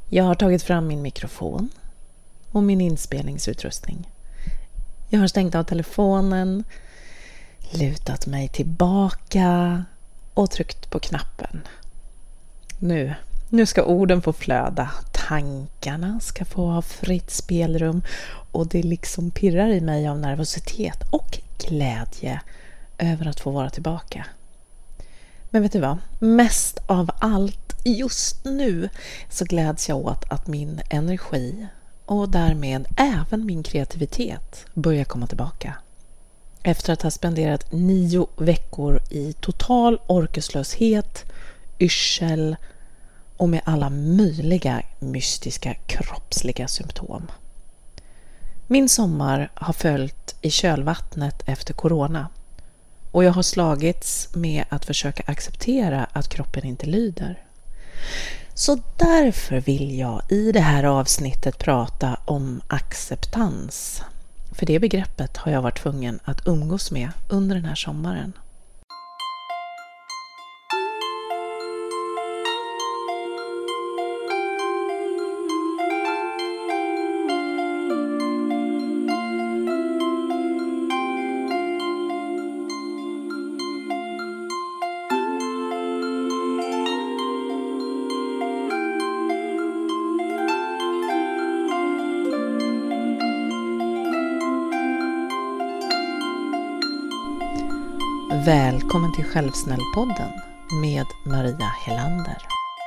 Jag har tagit fram min mikrofon och min inspelningsutrustning. Jag har stängt av telefonen, lutat mig tillbaka och tryckt på knappen. Nu ska orden få flöda, tankarna ska få ha fritt spelrum och det liksom pirrar i mig av nervositet och glädje över att få vara tillbaka. Men vet du vad? Mest av allt just nu så gläds jag åt att min energi och därmed även min kreativitet börjar komma tillbaka. Efter att ha spenderat 9 veckor i total orkeslöshet, yrsel och med alla möjliga mystiska kroppsliga symptom. Min sommar har följt i kölvattnet efter corona och jag har slagits med att försöka acceptera att kroppen inte lyder. Så därför vill jag i det här avsnittet prata om acceptans. För det begreppet har jag varit tvungen att umgås med under den här sommaren. Välkommen till Självsnällpodden med Maria Helander.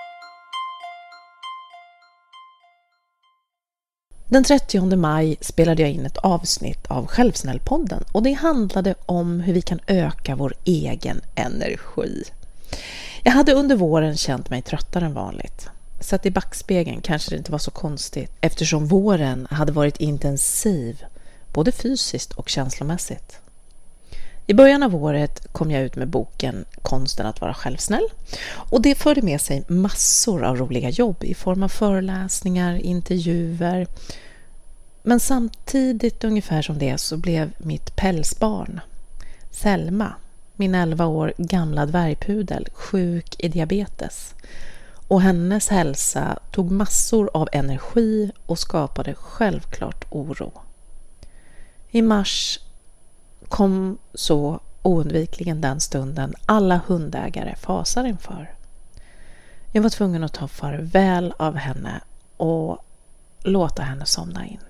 Den 30 maj spelade jag in ett avsnitt av Självsnällpodden och det handlade om hur vi kan öka vår egen energi. Jag hade under våren känt mig tröttare än vanligt. Sett i backspegeln kanske det inte var så konstigt eftersom våren hade varit intensiv både fysiskt och känslomässigt. I början av året kom jag ut med boken Konsten att vara självsnäll och det förde med sig massor av roliga jobb i form av föreläsningar, intervjuer. Men samtidigt ungefär som det så blev mitt pälsbarn, Selma, min 11 år gamla dvärgpudel, sjuk i diabetes. Och hennes hälsa tog massor av energi och skapade självklart oro. I mars kom så oundvikligen den stunden alla hundägare fasar inför. Jag var tvungen att ta farväl av henne och låta henne somna in.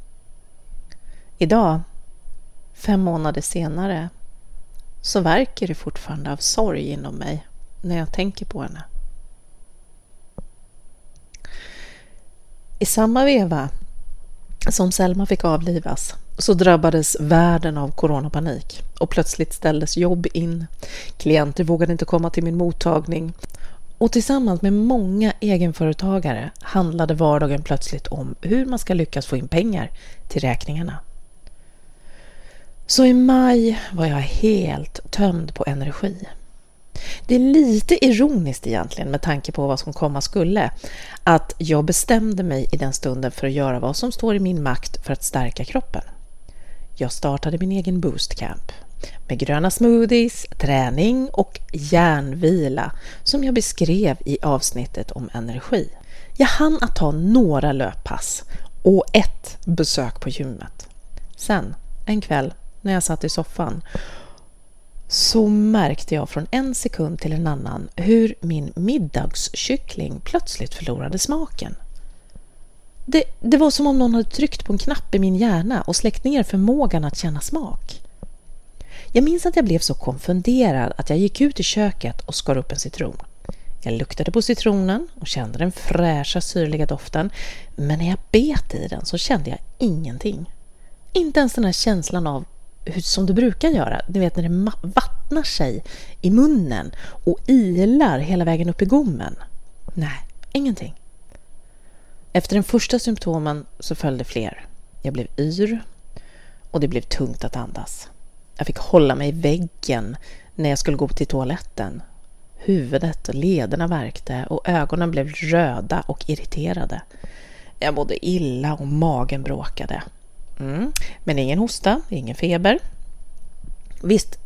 Idag, 5 månader senare, så verkar det fortfarande av sorg inom mig när jag tänker på henne. I samma veva som Selma fick avlivas så drabbades världen av coronapanik och plötsligt ställdes jobb in. Klienter vågade inte komma till min mottagning och tillsammans med många egenföretagare handlade vardagen plötsligt om hur man ska lyckas få in pengar till räkningarna. Så i maj var jag helt tömd på energi. Det är lite ironiskt egentligen med tanke på vad som komma skulle att jag bestämde mig i den stunden för att göra vad som står i min makt för att stärka kroppen. Jag startade min egen boostcamp med gröna smoothies, träning och järnvila som jag beskrev i avsnittet om energi. Jag hann att ta några löppass och 1 besök på gymmet. Sen, en kväll när jag satt i soffan så märkte jag från en sekund till en annan hur min middagskyckling plötsligt förlorade smaken. Det var som om någon hade tryckt på en knapp i min hjärna och släckt ner förmågan att känna smak. Jag minns att jag blev så konfunderad att jag gick ut i köket och skar upp en citron. Jag luktade på citronen och kände den fräscha syrliga doften, men när jag bet i den så kände jag ingenting. Inte ens den här känslan av som det brukar göra, ni vet när det vattnar sig i munnen och ilar hela vägen upp i gommen. Nej, ingenting. Efter den första symptomen så följde fler. Jag blev yr och det blev tungt att andas. Jag fick hålla mig i väggen när jag skulle gå till toaletten. Huvudet och lederna värkte och ögonen blev röda och irriterade. Jag mådde illa och magen bråkade. Men ingen hosta, ingen feber. Visst,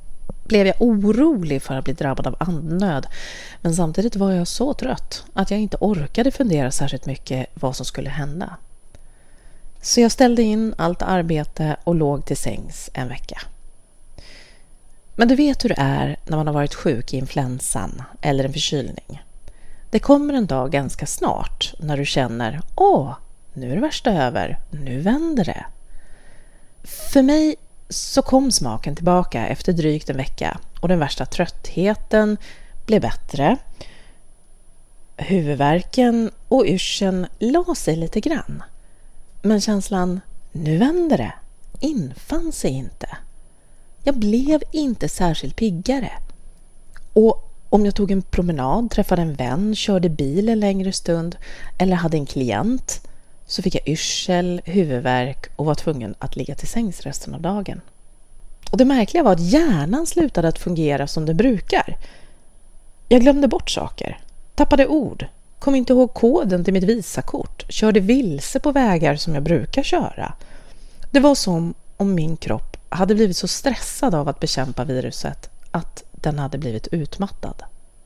blev jag orolig för att bli drabbad av andnöd. Men samtidigt var jag så trött att jag inte orkade fundera särskilt mycket vad som skulle hända. Så jag ställde in allt arbete och låg till sängs en vecka. Men du vet hur det är när man har varit sjuk i influensan eller en förkylning. Det kommer en dag ganska snart när du känner, nu är det värsta över, nu vänder det. För mig så kom smaken tillbaka efter drygt en vecka och den värsta tröttheten blev bättre. Huvudvärken och yrseln la sig lite grann. Men känslan, nu vänder det, infann sig inte. Jag blev inte särskilt piggare. Och om jag tog en promenad, träffade en vän, körde bil en längre stund eller hade en klient så fick jag yrsel, huvudvärk och var tvungen att ligga till sängs resten av dagen. Och det märkliga var att hjärnan slutade att fungera som det brukar. Jag glömde bort saker, tappade ord, kom inte ihåg koden till mitt visakort, körde vilse på vägar som jag brukar köra. Det var som om min kropp hade blivit så stressad av att bekämpa viruset att den hade blivit utmattad.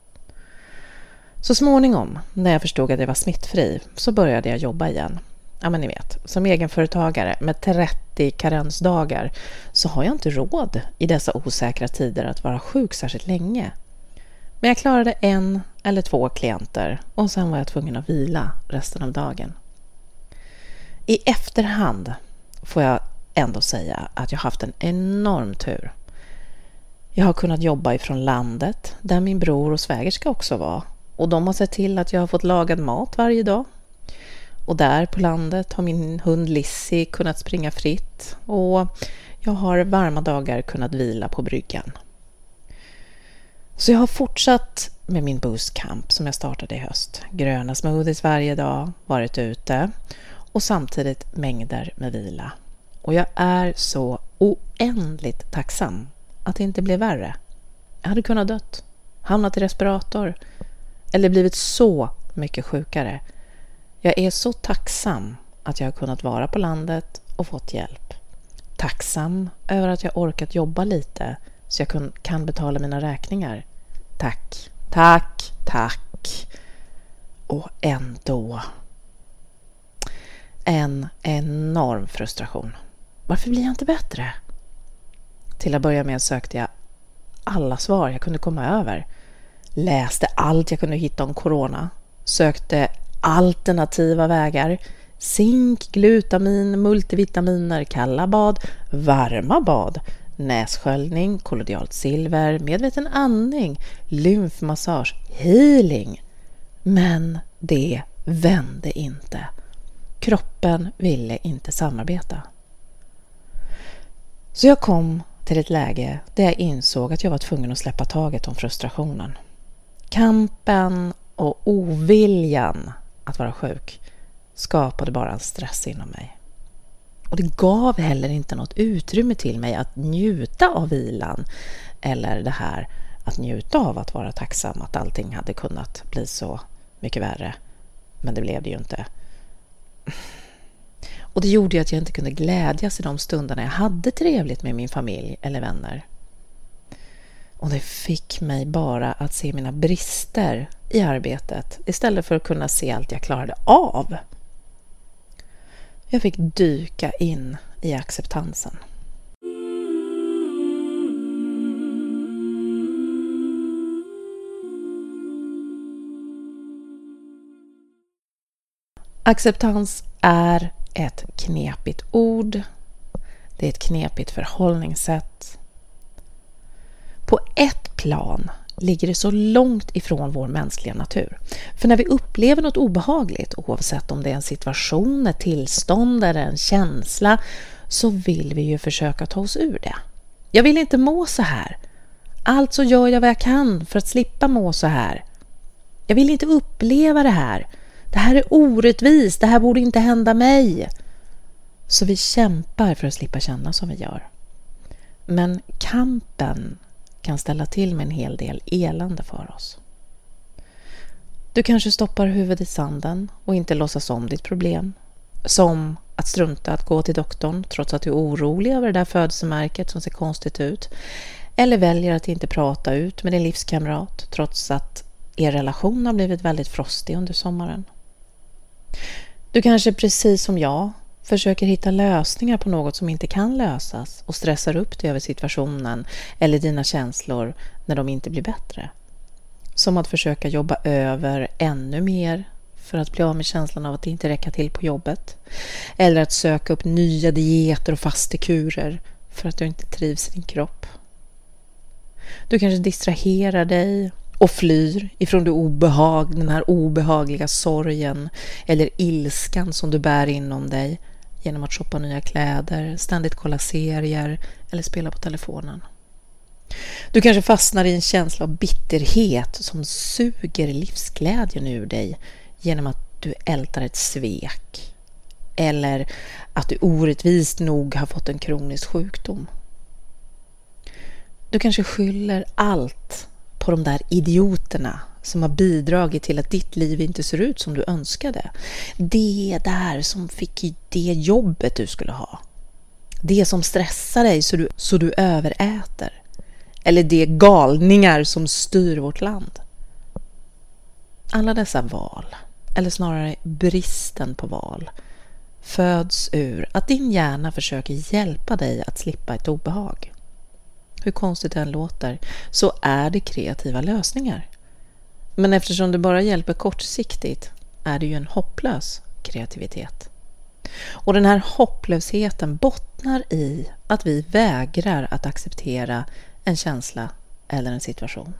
Så småningom, när jag förstod att jag var smittfri, så började jag jobba igen. Ja, men ni vet, som egenföretagare med 30 karensdagar så har jag inte råd i dessa osäkra tider att vara sjuk särskilt länge. Men jag klarade 1 eller 2 klienter och sen var jag tvungen att vila resten av dagen. I efterhand får jag ändå säga att jag haft en enorm tur. Jag har kunnat jobba ifrån landet där min bror och svägerska också var. Och de har sett till att jag har fått lagad mat varje dag. Och där på landet har min hund Lizzie kunnat springa fritt. Och jag har varma dagar kunnat vila på bryggan. Så jag har fortsatt med min boostcamp som jag startade i höst. Gröna smoothies varje dag, varit ute och samtidigt mängder med vila. Och jag är så oändligt tacksam att det inte blev värre. Jag hade kunnat dött, hamnat i respirator eller blivit så mycket sjukare. Jag är så tacksam att jag har kunnat vara på landet och fått hjälp. Tacksam över att jag orkat jobba lite så jag kan betala mina räkningar. Tack, tack, tack. Och ändå en enorm frustration. Varför blir jag inte bättre? Till att börja med sökte jag alla svar jag kunde komma över. Läste allt jag kunde hitta om corona. Sökte alternativa vägar. Zink, glutamin, multivitaminer, kalla bad, varma bad, nässköljning, kollodialt silver, medveten andning, lymfmassage, healing. Men det vände inte. Kroppen ville inte samarbeta. Så jag kom till ett läge där jag insåg att jag var tvungen att släppa taget om frustrationen. Kampen och oviljan att vara sjuk skapade bara en stress inom mig. Och det gav heller inte något utrymme till mig att njuta av vilan eller det här att njuta av att vara tacksam att allting hade kunnat bli så mycket värre. Men det blev det ju inte. Och det gjorde ju att jag inte kunde glädjas i de stunderna jag hade trevligt med min familj eller vänner. Och det fick mig bara att se mina brister i arbetet istället för att kunna se allt jag klarade av. Jag fick dyka in i acceptansen. Acceptans är ett knepigt ord. Det är ett knepigt förhållningssätt. På ett plan ligger det så långt ifrån vår mänskliga natur. För när vi upplever något obehagligt, oavsett om det är en situation, ett tillstånd eller en känsla, så vill vi ju försöka ta oss ur det. Jag vill inte må så här. Alltså gör jag vad jag kan för att slippa må så här. Jag vill inte uppleva det här. Det här är orättvist, det här borde inte hända mig. Så vi kämpar för att slippa känna som vi gör. Men kampen kan ställa till med en hel del elände för oss. Du kanske stoppar huvudet i sanden och inte låtsas om ditt problem. Som att strunta att gå till doktorn trots att du är orolig över det där födelsemärket som ser konstigt ut. eller väljer att inte prata ut med din livskamrat trots att er relation har blivit väldigt frostig under sommaren. Du kanske precis som jag försöker hitta lösningar på något som inte kan lösas och stressar upp dig över situationen eller dina känslor när de inte blir bättre. Som att försöka jobba över ännu mer för att bli av med känslan av att det inte räcker till på jobbet. Eller att söka upp nya dieter och fastekurer för att du inte trivs i din kropp. Du kanske distraherar dig och flyr ifrån den här obehagliga sorgen eller ilskan som du bär inom dig genom att shoppa nya kläder, ständigt kolla serier eller spela på telefonen. Du kanske fastnar i en känsla av bitterhet som suger livsglädjen ur dig genom att du ältar ett svek eller att du orättvist nog har fått en kronisk sjukdom. Du kanske skyller allt på de där idioterna som har bidragit till att ditt liv inte ser ut som du önskade. Det där som fick det jobbet du skulle ha. Det som stressar dig så du överäter. Eller de galningar som styr vårt land. Alla dessa val, eller snarare bristen på val, föds ur att din hjärna försöker hjälpa dig att slippa ett obehag. Hur konstigt det än låter så är det kreativa lösningar. Men eftersom det bara hjälper kortsiktigt är det ju en hopplös kreativitet. Och den här hopplösheten bottnar i att vi vägrar att acceptera en känsla eller en situation.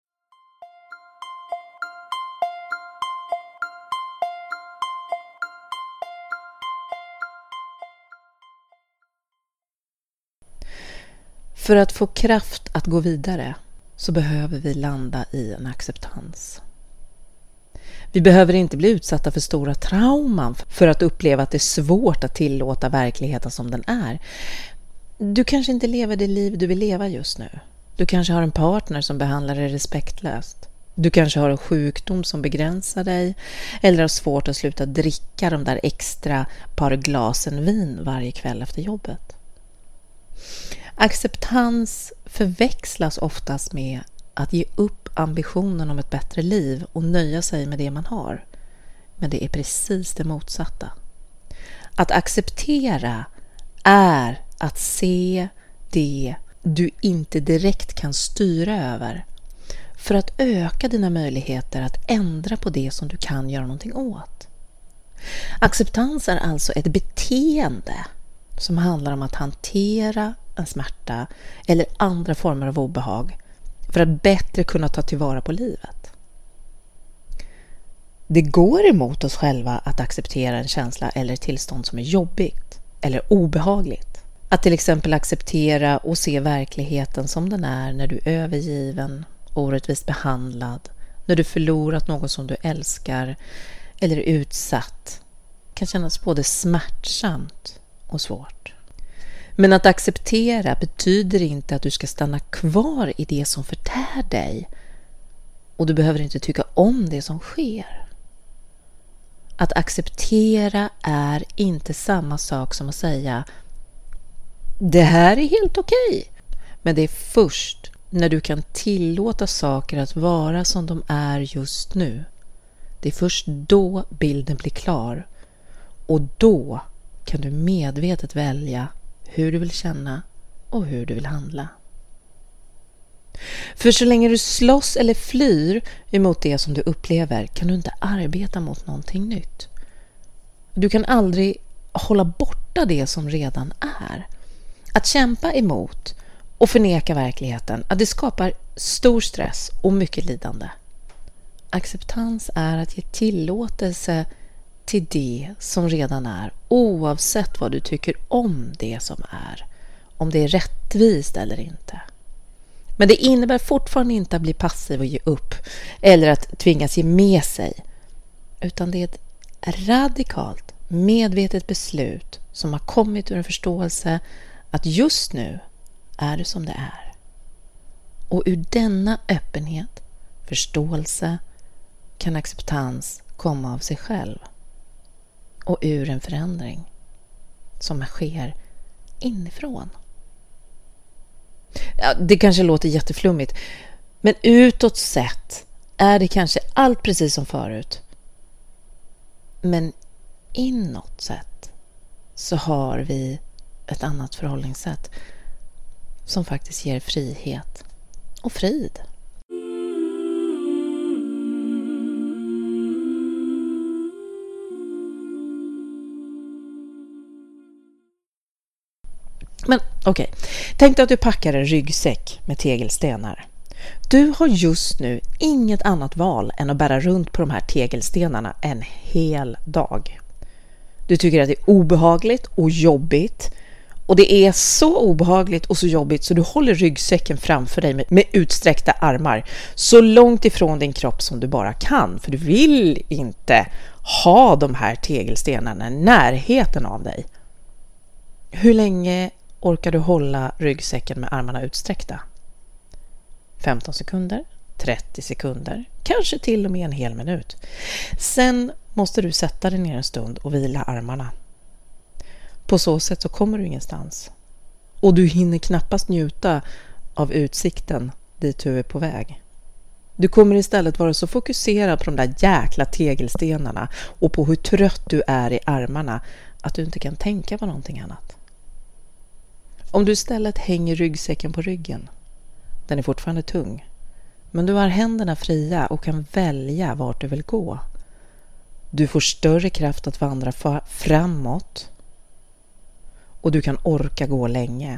För att få kraft att gå vidare så behöver vi landa i en acceptans. Vi behöver inte bli utsatta för stora trauman för att uppleva att det är svårt att tillåta verkligheten som den är. Du kanske inte lever det liv du vill leva just nu. Du kanske har en partner som behandlar dig respektlöst. Du kanske har en sjukdom som begränsar dig eller har svårt att sluta dricka de där extra par glasen vin varje kväll efter jobbet. Acceptans förväxlas oftast med att ge upp ambitionen om ett bättre liv och nöja sig med det man har. Men det är precis det motsatta. Att acceptera är att se det du inte direkt kan styra över för att öka dina möjligheter att ändra på det som du kan göra någonting åt. Acceptans är alltså ett beteende som handlar om att hantera en smärta eller andra former av obehag för att bättre kunna ta tillvara på livet. Det går emot oss själva att acceptera en känsla eller ett tillstånd som är jobbigt eller obehagligt. Att till exempel acceptera och se verkligheten som den är när du är övergiven, orättvist behandlad, när du förlorat någon som du älskar eller är utsatt kan kännas både smärtsamt och svårt. Men att acceptera betyder inte att du ska stanna kvar i det som förtär dig och du behöver inte tycka om det som sker. Att acceptera är inte samma sak som att säga det här är helt okej. Men det är först när du kan tillåta saker att vara som de är just nu. Det är först då bilden blir klar och då kan du medvetet välja hur du vill känna och hur du vill handla. För så länge du slåss eller flyr emot det som du upplever kan du inte arbeta mot någonting nytt. Du kan aldrig hålla borta det som redan är. Att kämpa emot och förneka verkligheten, att det skapar stor stress och mycket lidande. Acceptans är att ge tillåtelse till det som redan är, oavsett vad du tycker om det som är, om det är rättvist eller inte. Men det innebär fortfarande inte att bli passiv och ge upp eller att tvingas ge med sig, utan det är ett radikalt, medvetet beslut som har kommit ur en förståelse att just nu är det som det är. Och ur denna öppenhet, förståelse, kan acceptans komma av sig själv. Och ur en förändring som sker inifrån. Ja, det kanske låter jätteflummigt, men utåt sett är det kanske allt precis som förut. Men inåt sett så har vi ett annat förhållningssätt som faktiskt ger frihet och frid. Men okej, tänk dig att du packar en ryggsäck med tegelstenar. Du har just nu inget annat val än att bära runt på de här tegelstenarna en hel dag. Du tycker att det är obehagligt och jobbigt. Och det är så obehagligt och så jobbigt så du håller ryggsäcken framför dig med utsträckta armar. Så långt ifrån din kropp som du bara kan. För du vill inte ha de här tegelstenarna i närheten av dig. Hur länge orkar du hålla ryggsäcken med armarna utsträckta? 15 sekunder, 30 sekunder, kanske till och med en hel minut. Sen måste du sätta dig ner en stund och vila armarna. På så sätt så kommer du ingenstans. Och du hinner knappast njuta av utsikten dit du är på väg. Du kommer istället vara så fokuserad på de där jäkla tegelstenarna och på hur trött du är i armarna att du inte kan tänka på någonting annat. Om du istället hänger ryggsäcken på ryggen, den är fortfarande tung, men du har händerna fria och kan välja vart du vill gå. Du får större kraft att vandra framåt och du kan orka gå länge.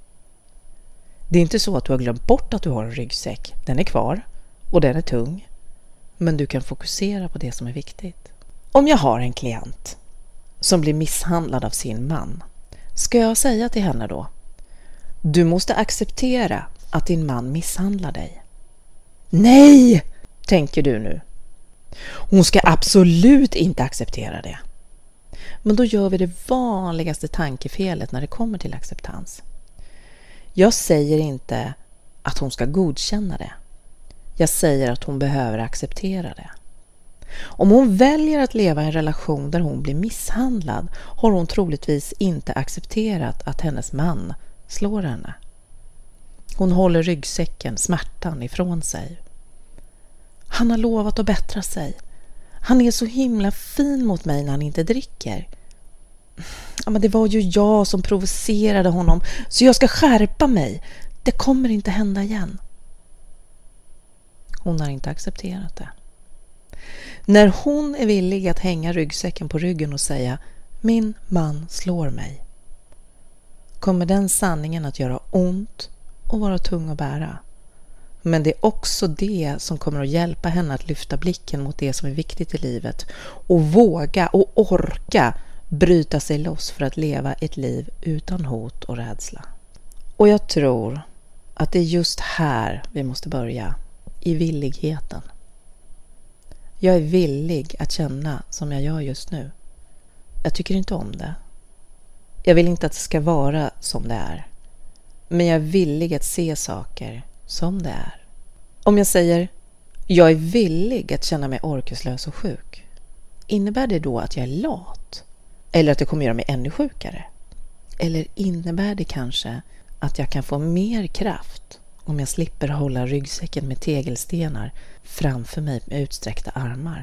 Det är inte så att du har glömt bort att du har en ryggsäck. Den är kvar och den är tung, men du kan fokusera på det som är viktigt. Om jag har en klient som blir misshandlad av sin man, ska jag säga till henne då: du måste acceptera att din man misshandlar dig. Nej, tänker du nu. Hon ska absolut inte acceptera det. Men då gör vi det vanligaste tankefelet när det kommer till acceptans. Jag säger inte att hon ska godkänna det. Jag säger att hon behöver acceptera det. Om hon väljer att leva i en relation där hon blir misshandlad har hon troligtvis inte accepterat att hennes man slår henne. Hon håller ryggsäcken, smärtan ifrån sig. Han har lovat att bättra sig. Han är så himla fin mot mig när han inte dricker. Ja, men det var ju jag som provocerade honom, så jag ska skärpa mig. Det kommer inte hända igen. Hon har inte accepterat det. När hon är villig att hänga ryggsäcken på ryggen och säga: min man slår mig, kommer den sanningen att göra ont och vara tung att bära. Men det är också det som kommer att hjälpa henne att lyfta blicken mot det som är viktigt i livet och våga och orka bryta sig loss för att leva ett liv utan hot och rädsla. Och jag tror att det är just här vi måste börja, i villigheten. Jag är villig att känna som jag gör just nu. Jag tycker inte om det. Jag vill inte att det ska vara som det är. Men jag är villig att se saker som det är. Om jag säger: jag är villig att känna mig orkeslös och sjuk, innebär det då att jag är lat? Eller att det kommer göra mig ännu sjukare? Eller innebär det kanske att jag kan få mer kraft om jag slipper hålla ryggsäcken med tegelstenar framför mig med utsträckta armar?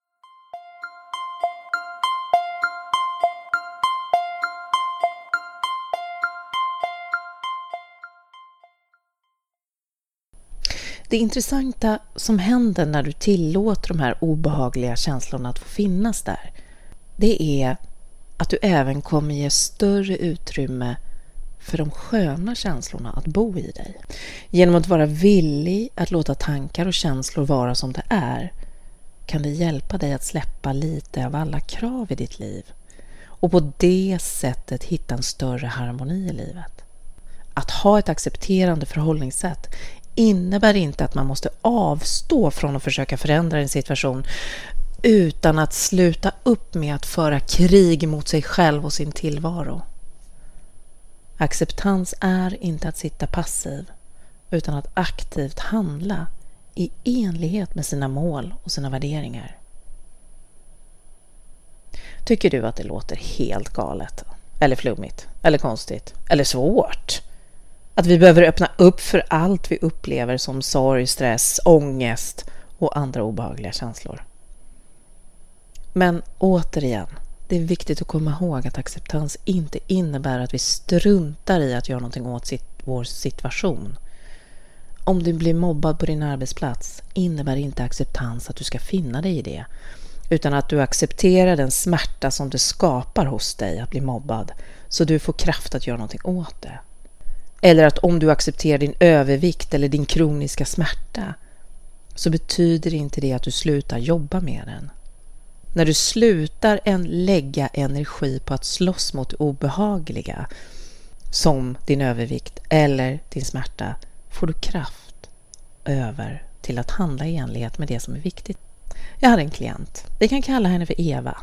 Det intressanta som händer när du tillåter de här obehagliga känslorna att få finnas där, det är att du även kommer ge större utrymme för de sköna känslorna att bo i dig. Genom att vara villig att låta tankar och känslor vara som det är, kan det hjälpa dig att släppa lite av alla krav i ditt liv och på det sättet hitta en större harmoni i livet. Att ha ett accepterande förhållningssätt innebär inte att man måste avstå från att försöka förändra en situation, utan att sluta upp med att föra krig mot sig själv och sin tillvaro. Acceptans är inte att sitta passiv, utan att aktivt handla i enlighet med sina mål och sina värderingar. Tycker du att det låter helt galet, eller flummigt, eller konstigt, eller svårt? Att vi behöver öppna upp för allt vi upplever som sorg, stress, ångest och andra obehagliga känslor. Men återigen, det är viktigt att komma ihåg att acceptans inte innebär att vi struntar i att göra någonting åt vår situation. Om du blir mobbad på din arbetsplats innebär inte acceptans att du ska finna dig i det, utan att du accepterar den smärta som det skapar hos dig att bli mobbad, så du får kraft att göra någonting åt det. Eller att om du accepterar din övervikt eller din kroniska smärta, så betyder inte det att du slutar jobba med den. När du slutar lägga energi på att slåss mot obehagliga, som din övervikt eller din smärta, får du kraft över till att handla i enlighet med det som är viktigt. Jag hade en klient, vi kan kalla henne för Eva.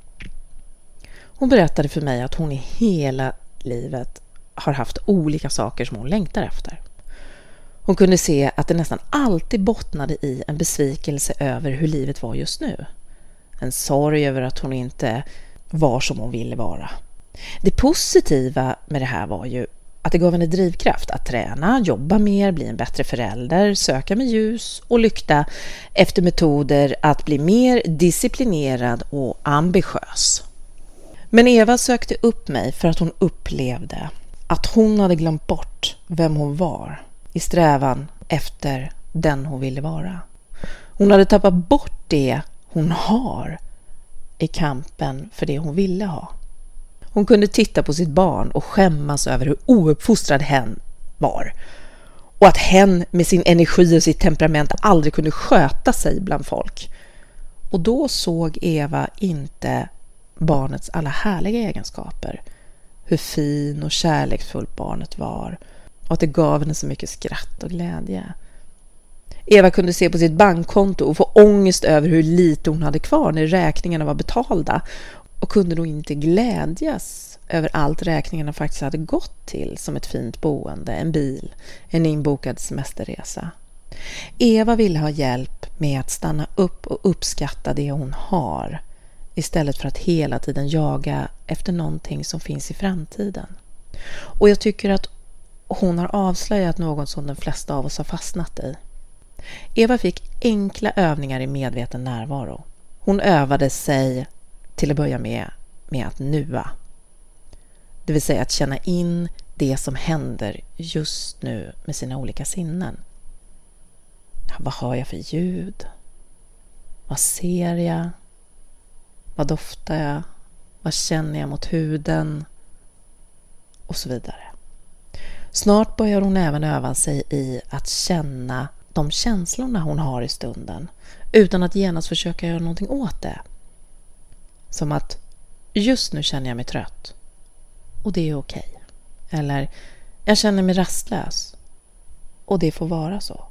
Hon berättade för mig att hon i hela livet har haft olika saker som hon längtar efter. Hon kunde se att det nästan alltid bottnade i en besvikelse över hur livet var just nu. En sorg över att hon inte var som hon ville vara. Det positiva med det här var ju att det gav henne drivkraft att träna, jobba mer, bli en bättre förälder, söka med ljus och lykta efter metoder att bli mer disciplinerad och ambitiös. Men Eva sökte upp mig för att hon upplevde att hon hade glömt bort vem hon var i strävan efter den hon ville vara. Hon hade tappat bort det hon har i kampen för det hon ville ha. Hon kunde titta på sitt barn och skämmas över hur ouppfostrad hen var. Och att hen med sin energi och sitt temperament aldrig kunde sköta sig bland folk. Och då såg Eva inte barnets alla härliga egenskaper. Hur fin och kärleksfullt barnet var. Och att det gav henne så mycket skratt och glädje. Eva kunde se på sitt bankkonto och få ångest över hur lite hon hade kvar när räkningarna var betalda. Och kunde då inte glädjas över allt räkningarna faktiskt hade gått till, som ett fint boende, en bil, en inbokad semesterresa. Eva ville ha hjälp med att stanna upp och uppskatta det hon har, istället för att hela tiden jaga efter någonting som finns i framtiden. Och jag tycker att hon har avslöjat något som de flesta av oss har fastnat i. Eva fick enkla övningar i medveten närvaro. Hon övade sig till att börja med att nua. Det vill säga att känna in det som händer just nu med sina olika sinnen. Vad hör jag för ljud? Vad ser jag? Vad doftar jag? Vad känner jag mot huden? Och så vidare. Snart börjar hon även öva sig i att känna de känslorna hon har i stunden, utan att genast försöka göra någonting åt det. Som att just nu känner jag mig trött och det är okej. Eller jag känner mig rastlös och det får vara så.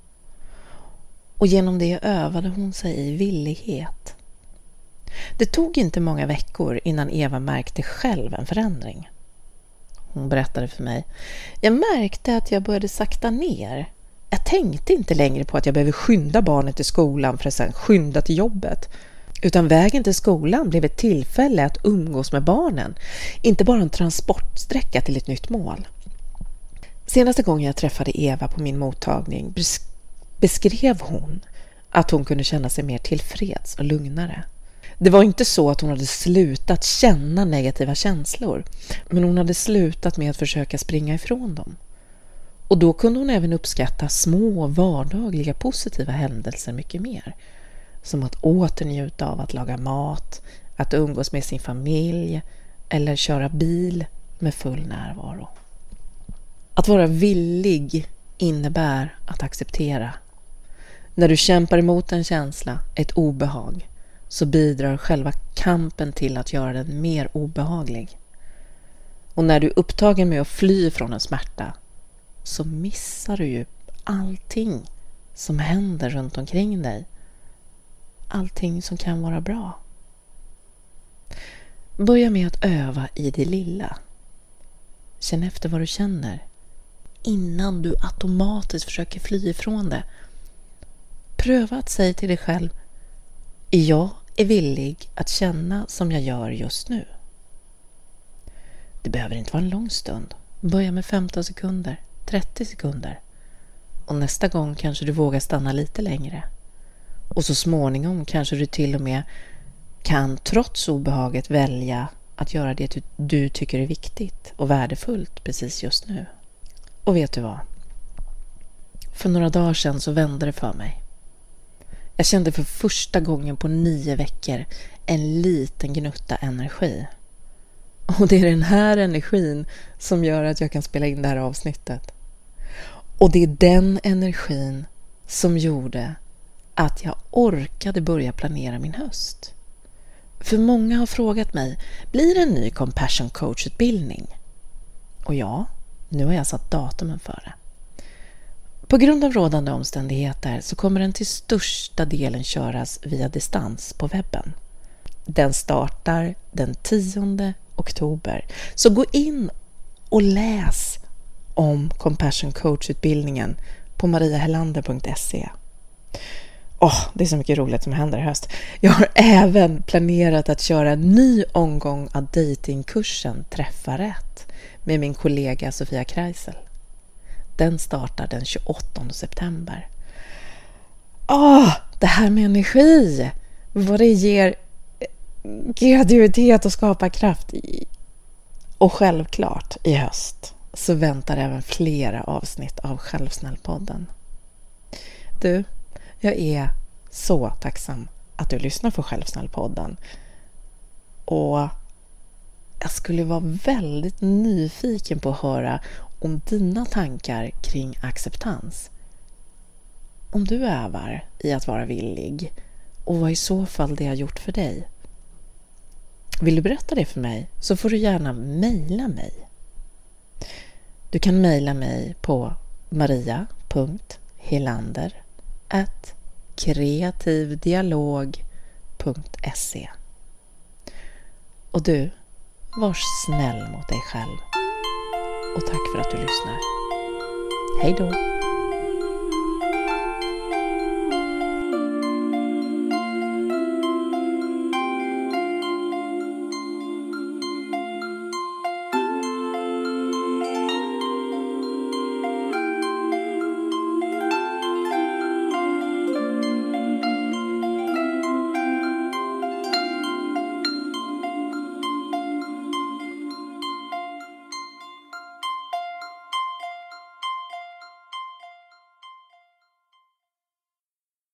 Och genom det övade hon sig i villighet. Det tog inte många veckor innan Eva märkte själv en förändring. Hon berättade för mig: jag märkte att jag började sakta ner. Jag tänkte inte längre på att jag behöver skynda barnet till skolan för att sedan skynda till jobbet. Utan vägen till skolan blev ett tillfälle att umgås med barnen. Inte bara en transportsträcka till ett nytt mål. Senaste gången jag träffade Eva på min mottagning beskrev hon att hon kunde känna sig mer tillfreds och lugnare. Det var inte så att hon hade slutat känna negativa känslor, men hon hade slutat med att försöka springa ifrån dem. Och då kunde hon även uppskatta små, vardagliga, positiva händelser mycket mer. Som att åternjuta av att laga mat, att umgås med sin familj eller köra bil med full närvaro. Att vara villig innebär att acceptera. När du kämpar emot en känsla, ett obehag, så bidrar själva kampen till att göra den mer obehaglig. Och när du är upptagen med att fly från en smärta, så missar du ju allting som händer runt omkring dig. Allting som kan vara bra. Börja med att öva i det lilla. Känn efter vad du känner innan du automatiskt försöker fly ifrån det. Pröva att säga till dig själv: jag är villig att känna som jag gör just nu. Det behöver inte vara en lång stund. Börja med 15 sekunder. 30 sekunder. Och nästa gång kanske du vågar stanna lite längre. Och så småningom kanske du till och med kan trots obehaget välja att göra det du tycker är viktigt och värdefullt precis just nu. Och vet du vad? För några dagar sedan så vände det för mig. Jag kände för första gången på 9 veckor en liten gnutta energi. Och det är den här energin som gör att jag kan spela in det här avsnittet. Och det är den energin som gjorde att jag orkade börja planera min höst. För många har frågat mig, blir det en ny Compassion Coach-utbildning? Och ja, nu har jag satt datumen för det. På grund av rådande omständigheter så kommer den till största delen köras via distans på webben. Den startar den 10 oktober. Så gå in och läs om Compassion Coach-utbildningen på mariahelander.se. Det är så mycket roligt som händer i höst. Jag har även planerat att köra en ny omgång av datingkursen Träffa rätt med min kollega Sofia Kreisel. Den startar den 28 september. Det här med energi! Vad det ger kreativitet och skapar kraft. Och självklart i höst så väntar även flera avsnitt av Självsnällpodden. Du, jag är så tacksam att du lyssnar på Självsnällpodden. Och jag skulle vara väldigt nyfiken på att höra om dina tankar kring acceptans. Om du övar i att vara villig och vad i så fall det har gjort för dig. Vill du berätta det för mig så får du gärna mejla mig. Du kan mejla mig på maria.helander@kreativdialog.se. Och du, var snäll mot dig själv. Och tack för att du lyssnar. Hej då!